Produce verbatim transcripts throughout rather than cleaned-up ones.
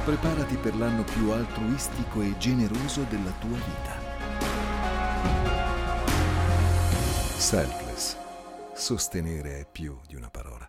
Preparati per l'anno più altruistico e generoso della tua vita. Selfless. Sostenere è più di una parola.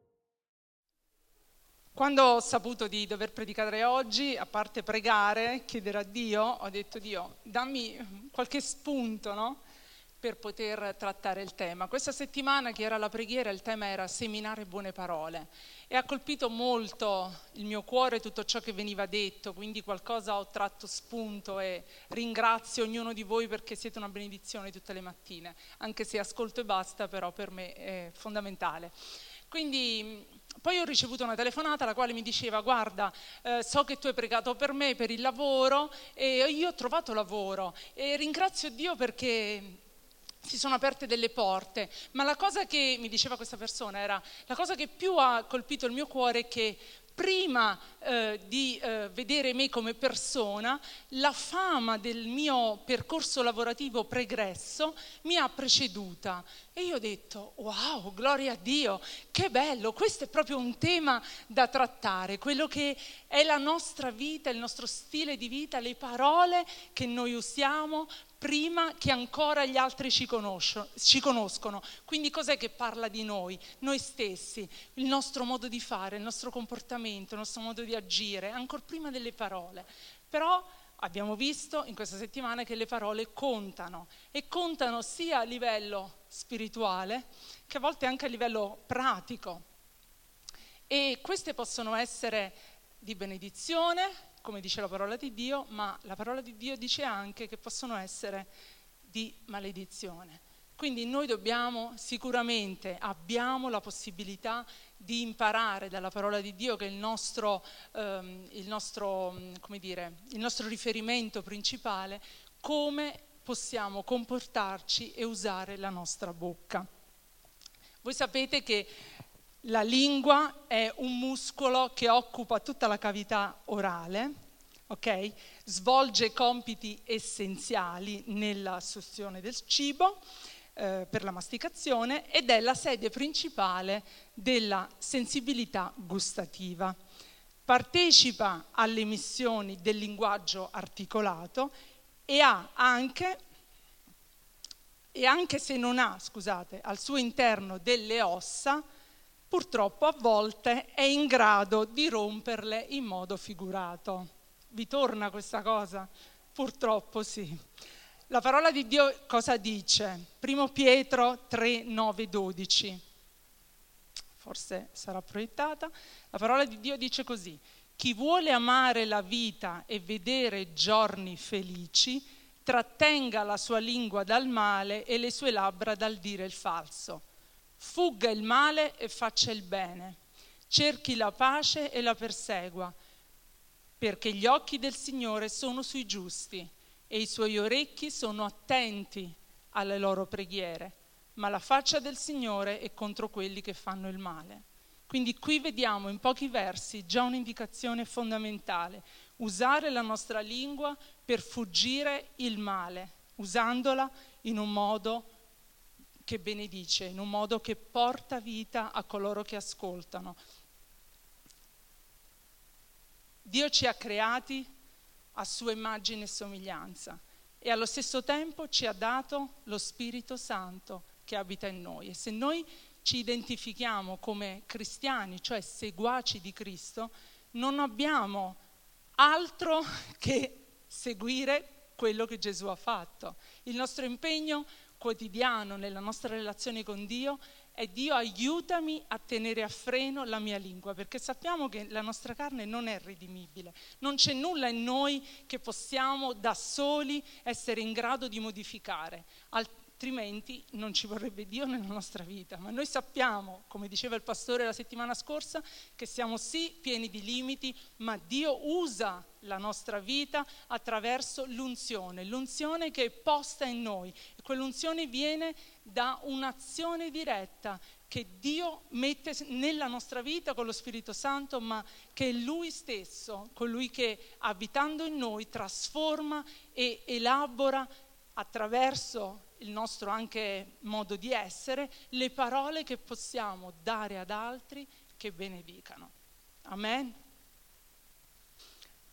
Quando ho saputo di dover predicare oggi, a parte pregare, chiedere a Dio, ho detto: Dio, dammi qualche spunto, no? Per poter trattare il tema. Questa settimana, che era la preghiera, il tema era seminare buone parole e ha colpito molto il mio cuore tutto ciò che veniva detto, quindi qualcosa ho tratto spunto e ringrazio ognuno di voi perché siete una benedizione tutte le mattine, anche se ascolto e basta, però per me è fondamentale. Quindi poi ho ricevuto una telefonata la quale mi diceva: guarda, eh, so che tu hai pregato per me, per il lavoro, e io ho trovato lavoro e ringrazio Dio perché si sono aperte delle porte, ma la cosa che mi diceva questa persona era: la cosa che più ha colpito il mio cuore è che prima eh, di eh, vedere me come persona, la fama del mio percorso lavorativo pregresso mi ha preceduta. E io ho detto: wow, gloria a Dio, che bello, questo è proprio un tema da trattare, quello che è la nostra vita, il nostro stile di vita, le parole che noi usiamo prima che ancora gli altri ci, ci conoscono. Quindi cos'è che parla di noi? Noi stessi, il nostro modo di fare, il nostro comportamento, il nostro modo di agire, ancora prima delle parole. Però abbiamo visto in questa settimana che le parole contano, e contano sia a livello spirituale che a volte anche a livello pratico. E queste possono essere di benedizione, come dice la parola di Dio, ma la parola di Dio dice anche che possono essere di maledizione. Quindi noi dobbiamo, sicuramente abbiamo la possibilità di imparare dalla parola di Dio, che è il nostro, ehm, il nostro, come dire, il nostro riferimento principale, come possiamo comportarci e usare la nostra bocca. Voi sapete che la lingua è un muscolo che occupa tutta la cavità orale, ok? Svolge compiti essenziali nella assunzione del cibo, eh, per la masticazione, ed è la sede principale della sensibilità gustativa. Partecipa alle emissioni del linguaggio articolato e ha anche, e anche se non ha, scusate, al suo interno delle ossa, purtroppo a volte è in grado di romperle in modo figurato. Vi torna questa cosa? Purtroppo sì. La parola di Dio cosa dice? Primo Pietro tre, nove, dodici. Forse sarà proiettata. La parola di Dio dice così: chi vuole amare la vita e vedere giorni felici, trattenga la sua lingua dal male e le sue labbra dal dire il falso. Fugga il male e faccia il bene, cerchi la pace e la persegua, perché gli occhi del Signore sono sui giusti e i suoi orecchi sono attenti alle loro preghiere, ma la faccia del Signore è contro quelli che fanno il male. Quindi qui vediamo in pochi versi già un'indicazione fondamentale: usare la nostra lingua per fuggire il male, usandola in un modo che benedice, in un modo che porta vita a coloro che ascoltano. Dio ci ha creati a sua immagine e somiglianza e allo stesso tempo ci ha dato lo Spirito Santo che abita in noi, e se noi ci identifichiamo come cristiani, cioè seguaci di Cristo, non abbiamo altro che seguire quello che Gesù ha fatto. Il nostro impegno quotidiano nella nostra relazione con Dio è: Dio, aiutami a tenere a freno la mia lingua, perché sappiamo che la nostra carne non è redimibile, non c'è nulla in noi che possiamo da soli essere in grado di modificare, altrimenti non ci vorrebbe Dio nella nostra vita. Ma noi sappiamo, come diceva il pastore la settimana scorsa, che siamo sì pieni di limiti, ma Dio usa la nostra vita attraverso l'unzione, l'unzione che è posta in noi, e quell'unzione viene da un'azione diretta che Dio mette nella nostra vita con lo Spirito Santo, ma che è Lui stesso, colui che abitando in noi trasforma e elabora attraverso il nostro anche modo di essere le parole che possiamo dare ad altri che benedicano. Amen.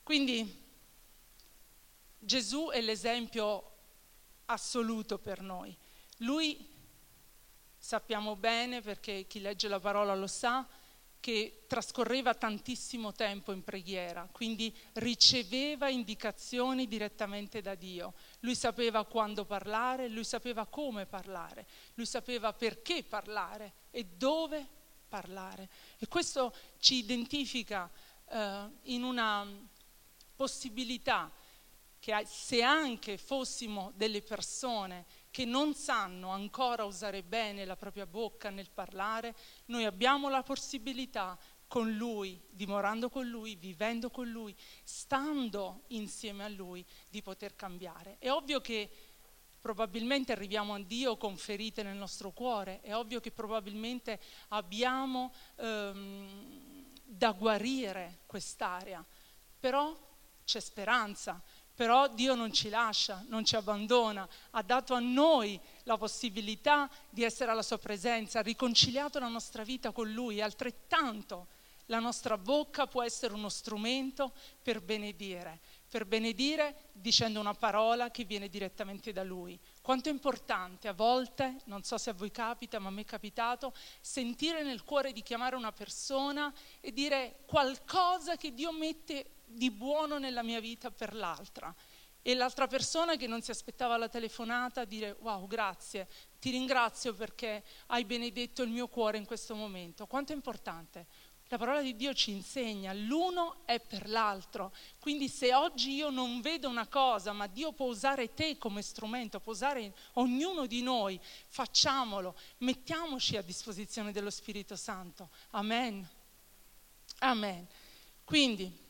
Quindi Gesù è l'esempio assoluto per noi. Lui, sappiamo bene, perché chi legge la parola lo sa, che trascorreva tantissimo tempo in preghiera, quindi riceveva indicazioni direttamente da Dio. Lui sapeva quando parlare, lui sapeva come parlare, lui sapeva perché parlare e dove parlare. E questo ci identifica eh, in una possibilità che se anche fossimo delle persone che non sanno ancora usare bene la propria bocca nel parlare, noi abbiamo la possibilità con Lui, dimorando con Lui, vivendo con Lui, stando insieme a Lui, di poter cambiare. È ovvio che probabilmente arriviamo a Dio con ferite nel nostro cuore, è ovvio che probabilmente abbiamo ehm, da guarire quest'area, però c'è speranza. Però Dio non ci lascia, non ci abbandona, ha dato a noi la possibilità di essere alla sua presenza, ha riconciliato la nostra vita con Lui, e altrettanto la nostra bocca può essere uno strumento per benedire, per benedire dicendo una parola che viene direttamente da Lui. Quanto è importante a volte, non so se a voi capita, ma a me è capitato, sentire nel cuore di chiamare una persona e dire qualcosa che Dio mette di buono nella mia vita per l'altra, e l'altra persona che non si aspettava la telefonata dire wow, grazie, ti ringrazio perché hai benedetto il mio cuore in questo momento. Quanto è importante. La parola di Dio ci insegna, l'uno è per l'altro, quindi se oggi io non vedo una cosa, ma Dio può usare te come strumento, può usare ognuno di noi, facciamolo, mettiamoci a disposizione dello Spirito Santo. Amen. Amen. Quindi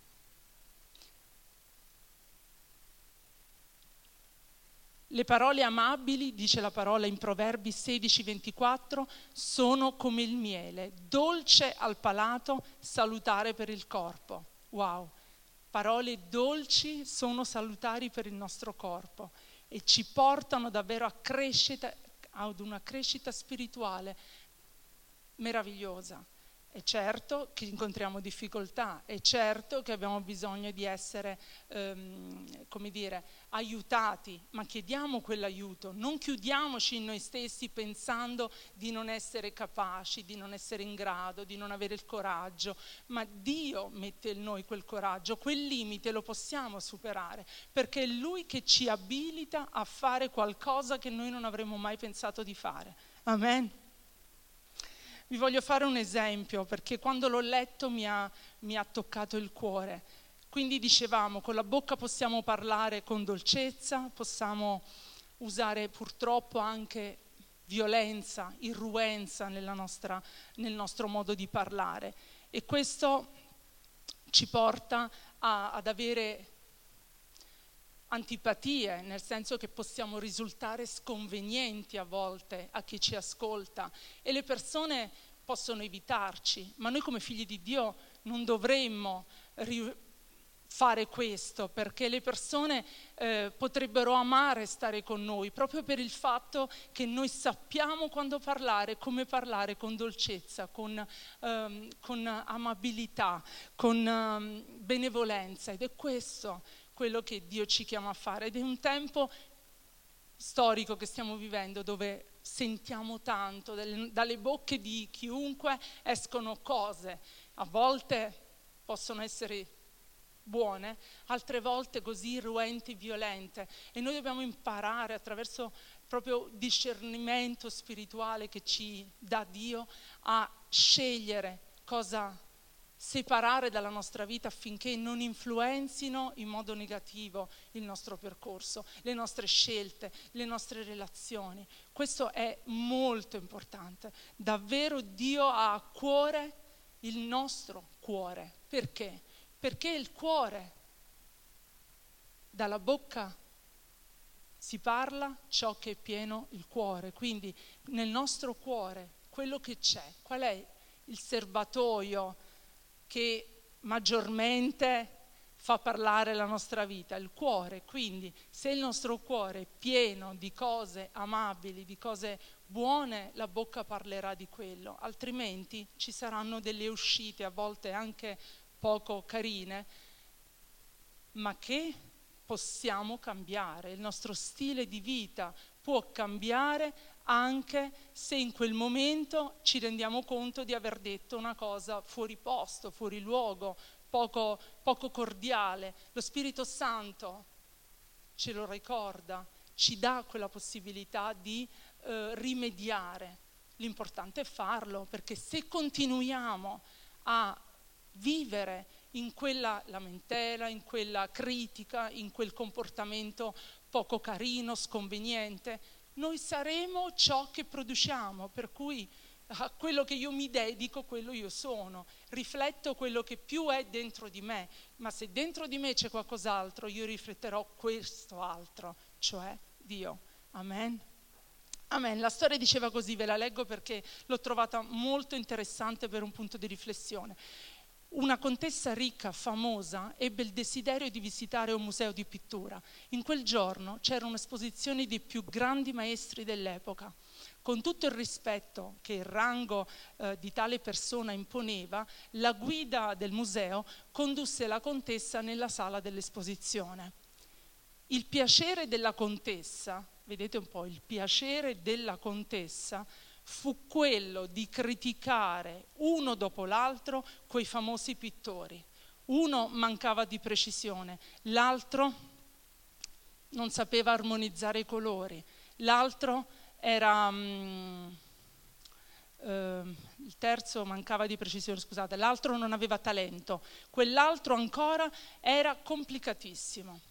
le parole amabili, dice la parola in Proverbi sedici ventiquattro, sono come il miele, dolce al palato, salutare per il corpo. Wow, parole dolci sono salutari per il nostro corpo e ci portano davvero a crescita, ad una crescita spirituale meravigliosa. È certo che incontriamo difficoltà, è certo che abbiamo bisogno di essere, ehm, come dire, aiutati, ma chiediamo quell'aiuto, non chiudiamoci in noi stessi pensando di non essere capaci, di non essere in grado, di non avere il coraggio, ma Dio mette in noi quel coraggio, quel limite lo possiamo superare, perché è Lui che ci abilita a fare qualcosa che noi non avremmo mai pensato di fare. Amen. Vi voglio fare un esempio, perché quando l'ho letto mi ha, mi ha toccato il cuore. Quindi dicevamo, con la bocca possiamo parlare con dolcezza, possiamo usare purtroppo anche violenza, irruenza nella nostra, nel nostro modo di parlare. E questo ci porta a, ad avere antipatie, nel senso che possiamo risultare sconvenienti a volte a chi ci ascolta, e le persone possono evitarci, ma noi come figli di Dio non dovremmo ri- fare questo, perché le persone eh, potrebbero amare stare con noi proprio per il fatto che noi sappiamo quando parlare, come parlare con dolcezza, con, ehm, con amabilità, con ehm, benevolenza, ed è questo quello che Dio ci chiama a fare. Ed è un tempo storico che stiamo vivendo dove sentiamo tanto, dalle, dalle bocche di chiunque escono cose, a volte possono essere buone, altre volte così irruenti, violente, e noi dobbiamo imparare attraverso proprio discernimento spirituale che ci dà Dio a scegliere cosa separare dalla nostra vita affinché non influenzino in modo negativo il nostro percorso, le nostre scelte, le nostre relazioni. Questo è molto importante. Davvero Dio ha a cuore il nostro cuore. Perché? Perché il cuore, dalla bocca si parla ciò che è pieno il cuore. Quindi nel nostro cuore quello che c'è, qual è il serbatoio che maggiormente fa parlare la nostra vita? Il cuore. Quindi se il nostro cuore è pieno di cose amabili, di cose buone, la bocca parlerà di quello, altrimenti ci saranno delle uscite, a volte anche poco carine, ma che possiamo cambiare. Il nostro stile di vita può cambiare anche se in quel momento ci rendiamo conto di aver detto una cosa fuori posto, fuori luogo, poco, poco cordiale. Lo Spirito Santo ce lo ricorda, ci dà quella possibilità di eh, rimediare. L'importante è farlo, perché se continuiamo a vivere in quella lamentela, in quella critica, in quel comportamento poco carino, sconveniente, noi saremo ciò che produciamo, per cui a quello che io mi dedico, quello io sono, rifletto quello che più è dentro di me, ma se dentro di me c'è qualcos'altro, io rifletterò questo altro, cioè Dio. Amen. Amen. La storia diceva così, ve la leggo perché l'ho trovata molto interessante per un punto di riflessione. Una contessa ricca, famosa, ebbe il desiderio di visitare un museo di pittura. In quel giorno c'era un'esposizione dei più grandi maestri dell'epoca. Con tutto il rispetto che il rango eh, di tale persona imponeva, la guida del museo condusse la contessa nella sala dell'esposizione. Il piacere della contessa, vedete un po', il piacere della contessa fu quello di criticare uno dopo l'altro quei famosi pittori. Uno mancava di precisione, l'altro non sapeva armonizzare i colori, l'altro era um, eh, il terzo mancava di precisione, scusate, l'altro non aveva talento, quell'altro ancora era complicatissimo.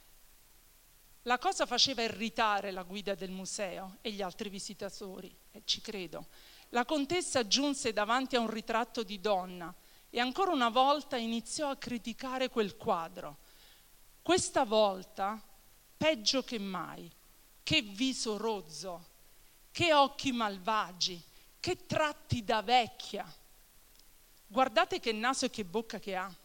La cosa faceva irritare la guida del museo e gli altri visitatori, e ci credo. La contessa giunse davanti a un ritratto di donna e ancora una volta iniziò a criticare quel quadro. Questa volta, peggio che mai, che viso rozzo, che occhi malvagi, che tratti da vecchia. Guardate che naso e che bocca che ha.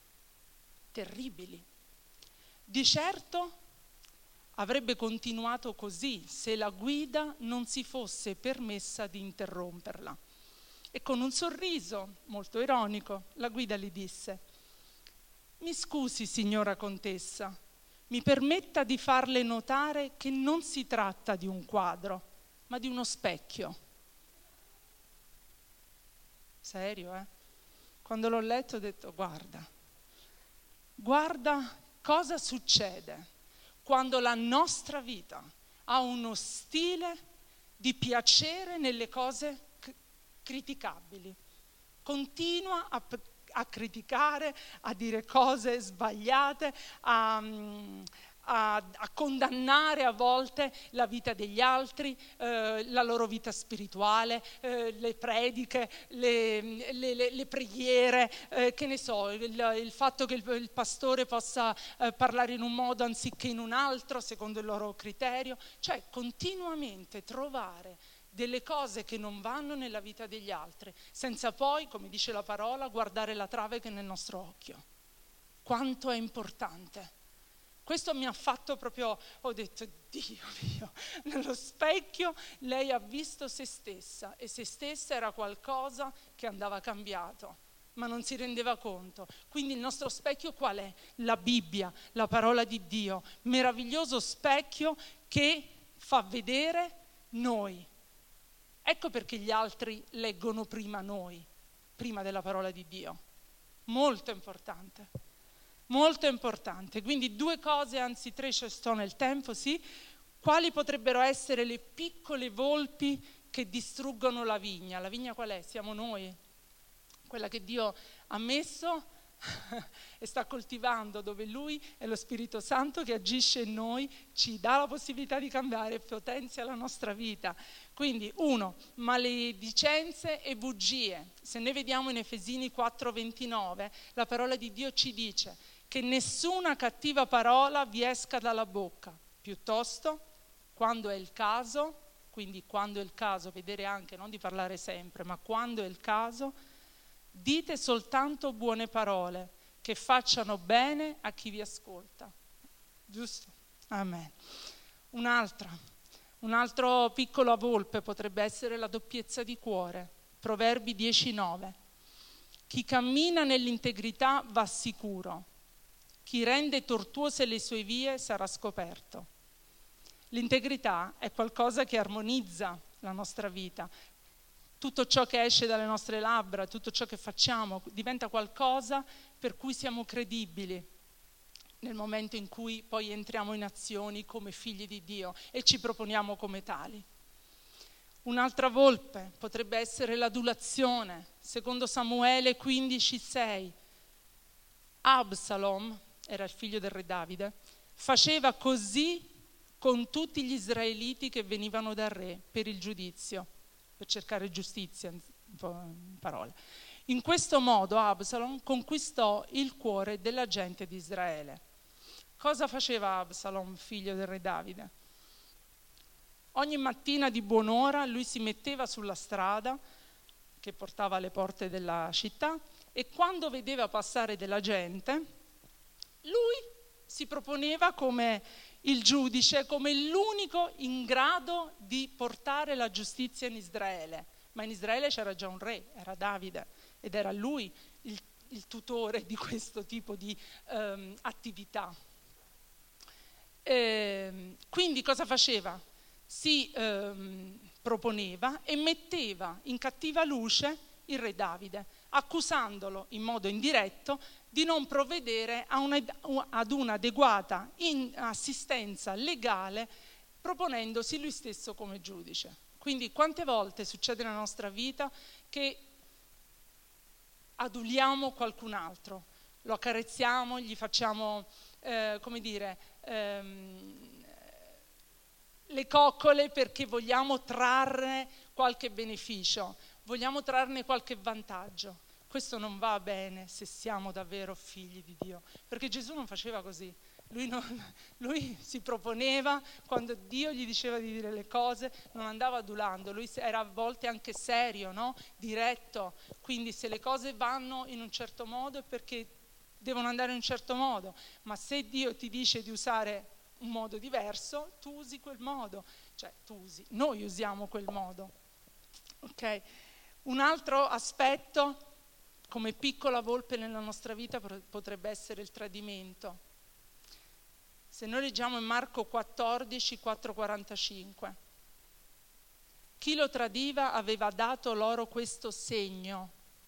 Terribili. Di certo avrebbe continuato così se la guida non si fosse permessa di interromperla. E con un sorriso molto ironico la guida gli disse: «Mi scusi, signora contessa, mi permetta di farle notare che non si tratta di un quadro, ma di uno specchio». Serio, eh? Quando l'ho letto ho detto: guarda, guarda cosa succede quando la nostra vita ha uno stile di piacere nelle cose c- criticabili. Continua a, a criticare, a dire cose sbagliate, a, a, a condannare a volte la vita degli altri, eh, la loro vita spirituale, eh, le prediche, le, le, le, le preghiere, eh, che ne so, il, il fatto che il, il pastore possa eh, parlare in un modo anziché in un altro, secondo il loro criterio. Cioè, continuamente trovare delle cose che non vanno nella vita degli altri, senza poi, come dice la parola, guardare la trave che è nel nostro occhio. Quanto è importante. Questo mi ha fatto proprio, ho detto: Dio mio, nello specchio lei ha visto se stessa, e se stessa era qualcosa che andava cambiato, ma non si rendeva conto. Quindi il nostro specchio qual è? La Bibbia, la parola di Dio, meraviglioso specchio che fa vedere noi. Ecco perché gli altri leggono prima noi, prima della parola di Dio. Molto importante. Molto importante. Quindi due cose, anzi tre, ci sto nel tempo, sì. Quali potrebbero essere le piccole volpi che distruggono la vigna? La vigna qual è? Siamo noi. Quella che Dio ha messo e sta coltivando, dove Lui è lo Spirito Santo che agisce in noi, ci dà la possibilità di cambiare e potenzia la nostra vita. Quindi, uno, maledicenze e bugie. Se noi vediamo in Efesini quattro ventinove, la parola di Dio ci dice che nessuna cattiva parola vi esca dalla bocca, piuttosto, quando è il caso, quindi quando è il caso, vedere anche, non di parlare sempre, ma quando è il caso, dite soltanto buone parole che facciano bene a chi vi ascolta. Giusto? Amen. Un'altra, un altro piccolo volpe potrebbe essere la doppiezza di cuore. Proverbi dieci nove. Chi cammina nell'integrità va sicuro, Chi rende tortuose le sue vie sarà scoperto. L'integrità è qualcosa che armonizza la nostra vita. Tutto ciò che esce dalle nostre labbra, tutto ciò che facciamo, diventa qualcosa per cui siamo credibili nel momento in cui poi entriamo in azioni come figli di Dio e ci proponiamo come tali. Un'altra volpe potrebbe essere l'adulazione. Secondo Samuele quindici sei, Absalom, era il figlio del re Davide, faceva così con tutti gli israeliti che venivano dal re per il giudizio, per cercare giustizia, in parole. In questo modo Absalom conquistò il cuore della gente di Israele. Cosa faceva Absalom, figlio del re Davide? Ogni mattina di buon'ora lui si metteva sulla strada che portava alle porte della città e quando vedeva passare della gente, lui si proponeva come il giudice, come l'unico in grado di portare la giustizia in Israele. Ma in Israele c'era già un re, era Davide, ed era lui il, il tutore di questo tipo di ehm, attività. E quindi cosa faceva? Si ehm, proponeva e metteva in cattiva luce il re Davide, accusandolo in modo indiretto di non provvedere a una, ad un'adeguata in assistenza legale, proponendosi lui stesso come giudice. Quindi quante volte succede nella nostra vita che aduliamo qualcun altro, lo accarezziamo, gli facciamo, eh, come dire, ehm, le coccole perché vogliamo trarre qualche beneficio, vogliamo trarne qualche vantaggio. Questo non va bene se siamo davvero figli di Dio, perché Gesù non faceva così. Lui, non, lui si proponeva, quando Dio gli diceva di dire le cose, non andava adulando, lui era a volte anche serio, no? Diretto. Quindi se le cose vanno in un certo modo è perché devono andare in un certo modo, ma se Dio ti dice di usare un modo diverso, tu usi quel modo, cioè tu usi, noi usiamo quel modo. Ok? Un altro aspetto come piccola volpe nella nostra vita potrebbe essere il tradimento. Se noi leggiamo in Marco quattordici, quattro quarantacinque, chi lo tradiva aveva dato loro questo segno: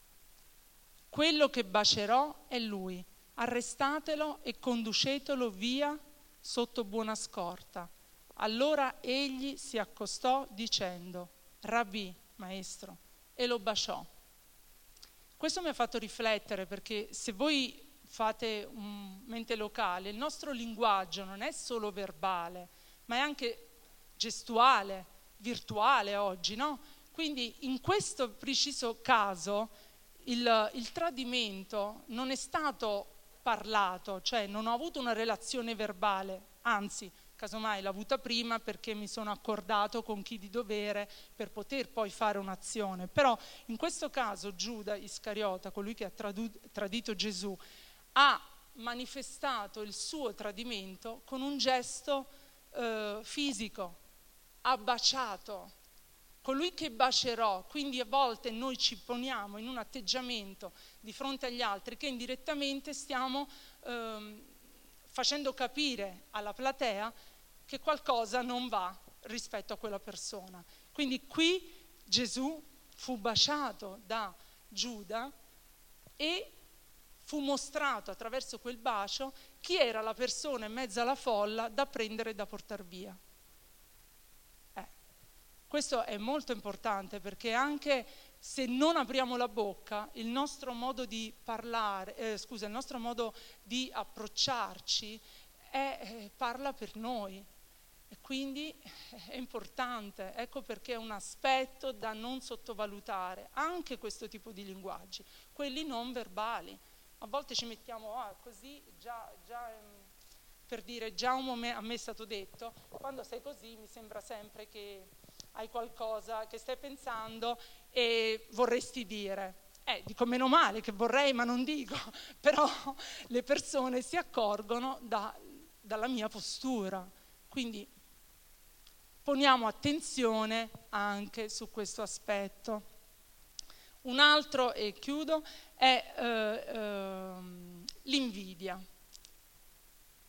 quello che bacerò è lui, arrestatelo e conducetelo via sotto buona scorta. Allora egli si accostò dicendo: Rabbì, maestro, e lo baciò. Questo mi ha fatto riflettere, perché se voi fate un mente locale, il nostro linguaggio non è solo verbale, ma è anche gestuale, virtuale oggi, no? Quindi in questo preciso caso il, il tradimento non è stato parlato, cioè non ho avuto una relazione verbale, anzi, casomai l'ho avuta prima perché mi sono accordato con chi di dovere per poter poi fare un'azione. Però in questo caso Giuda Iscariota, colui che ha tradu- tradito Gesù, ha manifestato il suo tradimento con un gesto eh, fisico, ha baciato. Colui che bacerò, quindi a volte noi ci poniamo in un atteggiamento di fronte agli altri che indirettamente stiamo ehm, facendo capire alla platea che qualcosa non va rispetto a quella persona. Quindi qui Gesù fu baciato da Giuda e fu mostrato attraverso quel bacio chi era la persona in mezzo alla folla da prendere e da portar via. Eh, questo è molto importante, perché anche se non apriamo la bocca, il nostro modo di parlare, eh, scusa, il nostro modo di approcciarci è, eh, parla per noi. E quindi è importante, ecco perché è un aspetto da non sottovalutare, anche questo tipo di linguaggi, quelli non verbali. A volte ci mettiamo ah, così, già, già per dire già un momento, a me è stato detto, quando sei così mi sembra sempre che hai qualcosa che stai pensando e vorresti dire. Eh, dico meno male che vorrei ma non dico, però le persone si accorgono da, dalla mia postura. Quindi poniamo attenzione anche su questo aspetto. Un altro, e chiudo, è eh, eh, l'invidia.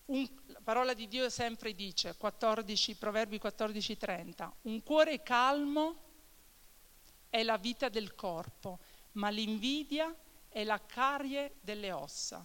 Un, la parola di Dio sempre dice, quattordici, Proverbi quattordici trenta, un cuore calmo è la vita del corpo, ma l'invidia è la carie delle ossa.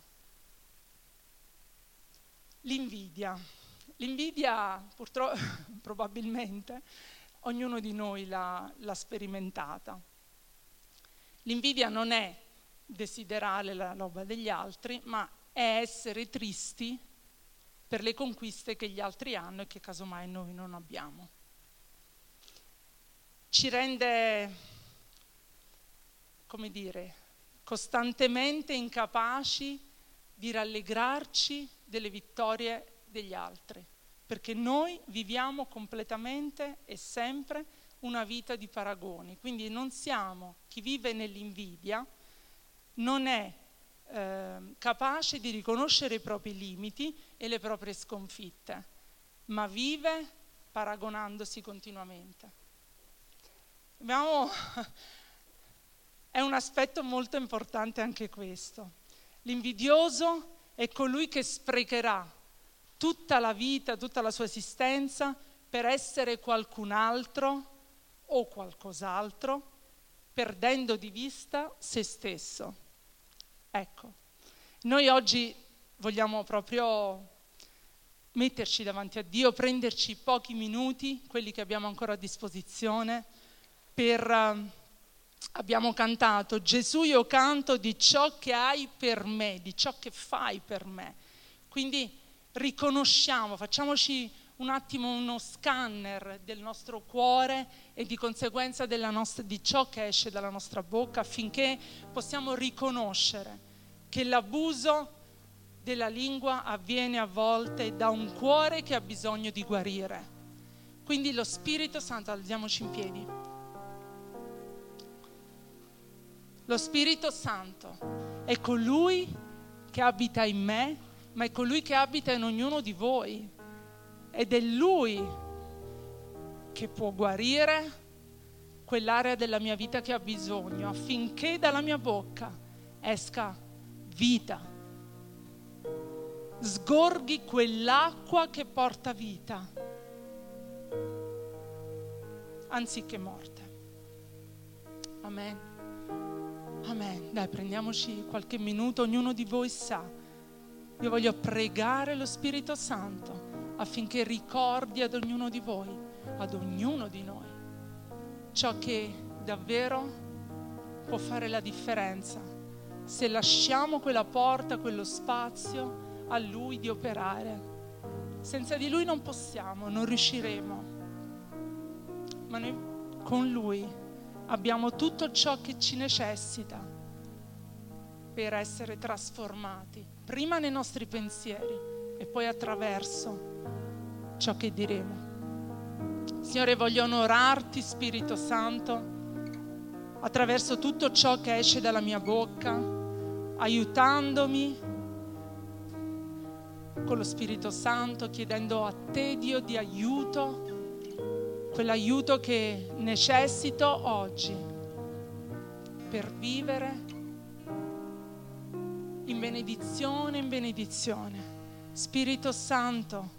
L'invidia. L'invidia, purtroppo, probabilmente, ognuno di noi l'ha, l'ha sperimentata. L'invidia non è desiderare la roba degli altri, ma è essere tristi per le conquiste che gli altri hanno e che casomai noi non abbiamo. Ci rende, come dire, costantemente incapaci di rallegrarci delle vittorie degli altri, perché noi viviamo completamente e sempre una vita di paragoni, quindi non siamo, chi vive nell'invidia non è eh, capace di riconoscere i propri limiti e le proprie sconfitte, ma vive paragonandosi continuamente. Abbiamo, è un aspetto molto importante anche questo. L'invidioso è colui che sprecherà tutta la vita, tutta la sua esistenza per essere qualcun altro o qualcos'altro, perdendo di vista se stesso. Ecco, noi oggi vogliamo proprio metterci davanti a Dio, prenderci pochi minuti, quelli che abbiamo ancora a disposizione, per... Uh, abbiamo cantato, Gesù io canto di ciò che hai per me, di ciò che fai per me. Quindi riconosciamo, facciamoci un attimo uno scanner del nostro cuore e di conseguenza della nostra, di ciò che esce dalla nostra bocca, affinché possiamo riconoscere che l'abuso della lingua avviene a volte da un cuore che ha bisogno di guarire. Quindi lo Spirito Santo, alziamoci in piedi. Lo Spirito Santo è colui che abita in me, ma è colui che abita in ognuno di voi. Ed è Lui che può guarire quell'area della mia vita che ha bisogno, affinché dalla mia bocca esca vita. Sgorghi quell'acqua che porta vita, anziché morte. Amen. Amen. Dai, prendiamoci qualche minuto, ognuno di voi sa. Io voglio pregare lo Spirito Santo affinché ricordi ad ognuno di voi, ad ognuno di noi, ciò che davvero può fare la differenza se lasciamo quella porta, quello spazio a Lui di operare. Senza di Lui non possiamo, non riusciremo, ma noi con Lui abbiamo tutto ciò che ci necessita per essere trasformati, prima nei nostri pensieri e poi attraverso ciò che diremo. Signore, voglio onorarti, Spirito Santo, attraverso tutto ciò che esce dalla mia bocca, aiutandomi con lo Spirito Santo, chiedendo a te, Dio, di aiuto, quell'aiuto che necessito oggi per vivere in benedizione, in benedizione. Spirito Santo,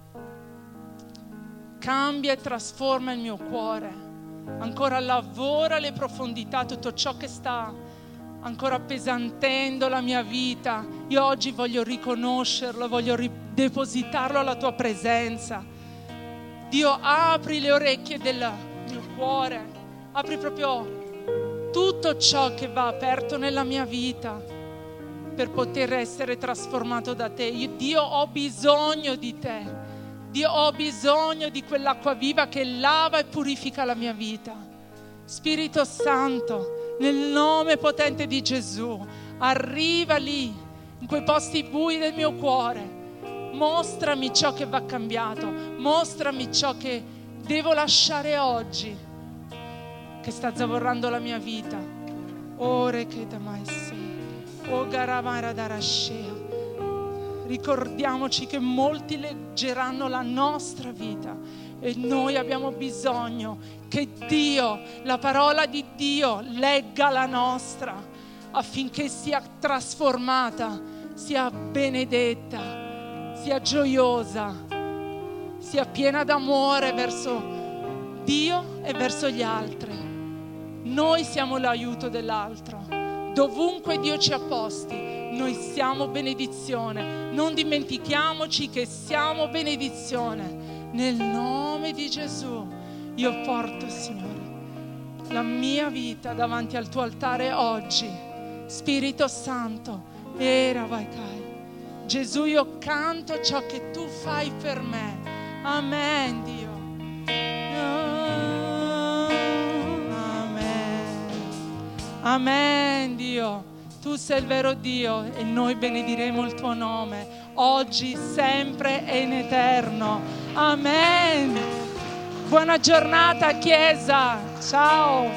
cambia e trasforma il mio cuore, ancora lavora le profondità, tutto ciò che sta ancora appesantendo la mia vita. Io oggi voglio riconoscerlo, voglio depositarlo alla tua presenza. Dio, apri le orecchie del mio cuore, apri proprio tutto ciò che va aperto nella mia vita per poter essere trasformato da te. Io, Dio, ho bisogno di te. Dio, ho bisogno di quell'acqua viva che lava e purifica la mia vita. Spirito Santo, nel nome potente di Gesù, arriva lì, in quei posti bui del mio cuore. Mostrami ciò che va cambiato, mostrami ciò che devo lasciare oggi, che sta zavorrando la mia vita. Ore che da maese, o garamara darashea. Ricordiamoci che molti leggeranno la nostra vita e noi abbiamo bisogno che Dio, la parola di Dio, legga la nostra affinché sia trasformata, sia benedetta, sia gioiosa, sia piena d'amore verso Dio e verso gli altri. Noi siamo l'aiuto dell'altro. Dovunque Dio ci ha posti, noi siamo benedizione. Non dimentichiamoci che siamo benedizione. Nel nome di Gesù io porto, Signore, la mia vita davanti al tuo altare oggi. Spirito Santo, era vai kai. Gesù, io canto ciò che tu fai per me. Amen, Dio. Amen, Dio, tu sei il vero Dio e noi benediremo il tuo nome, oggi, sempre e in eterno. Amen. Buona giornata, Chiesa. Ciao.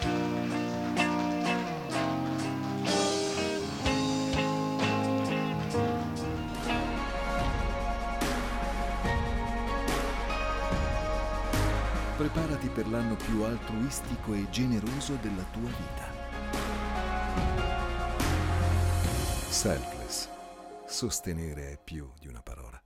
Preparati per l'anno più altruistico e generoso della tua vita. Selfless. Sostenere è più di una parola.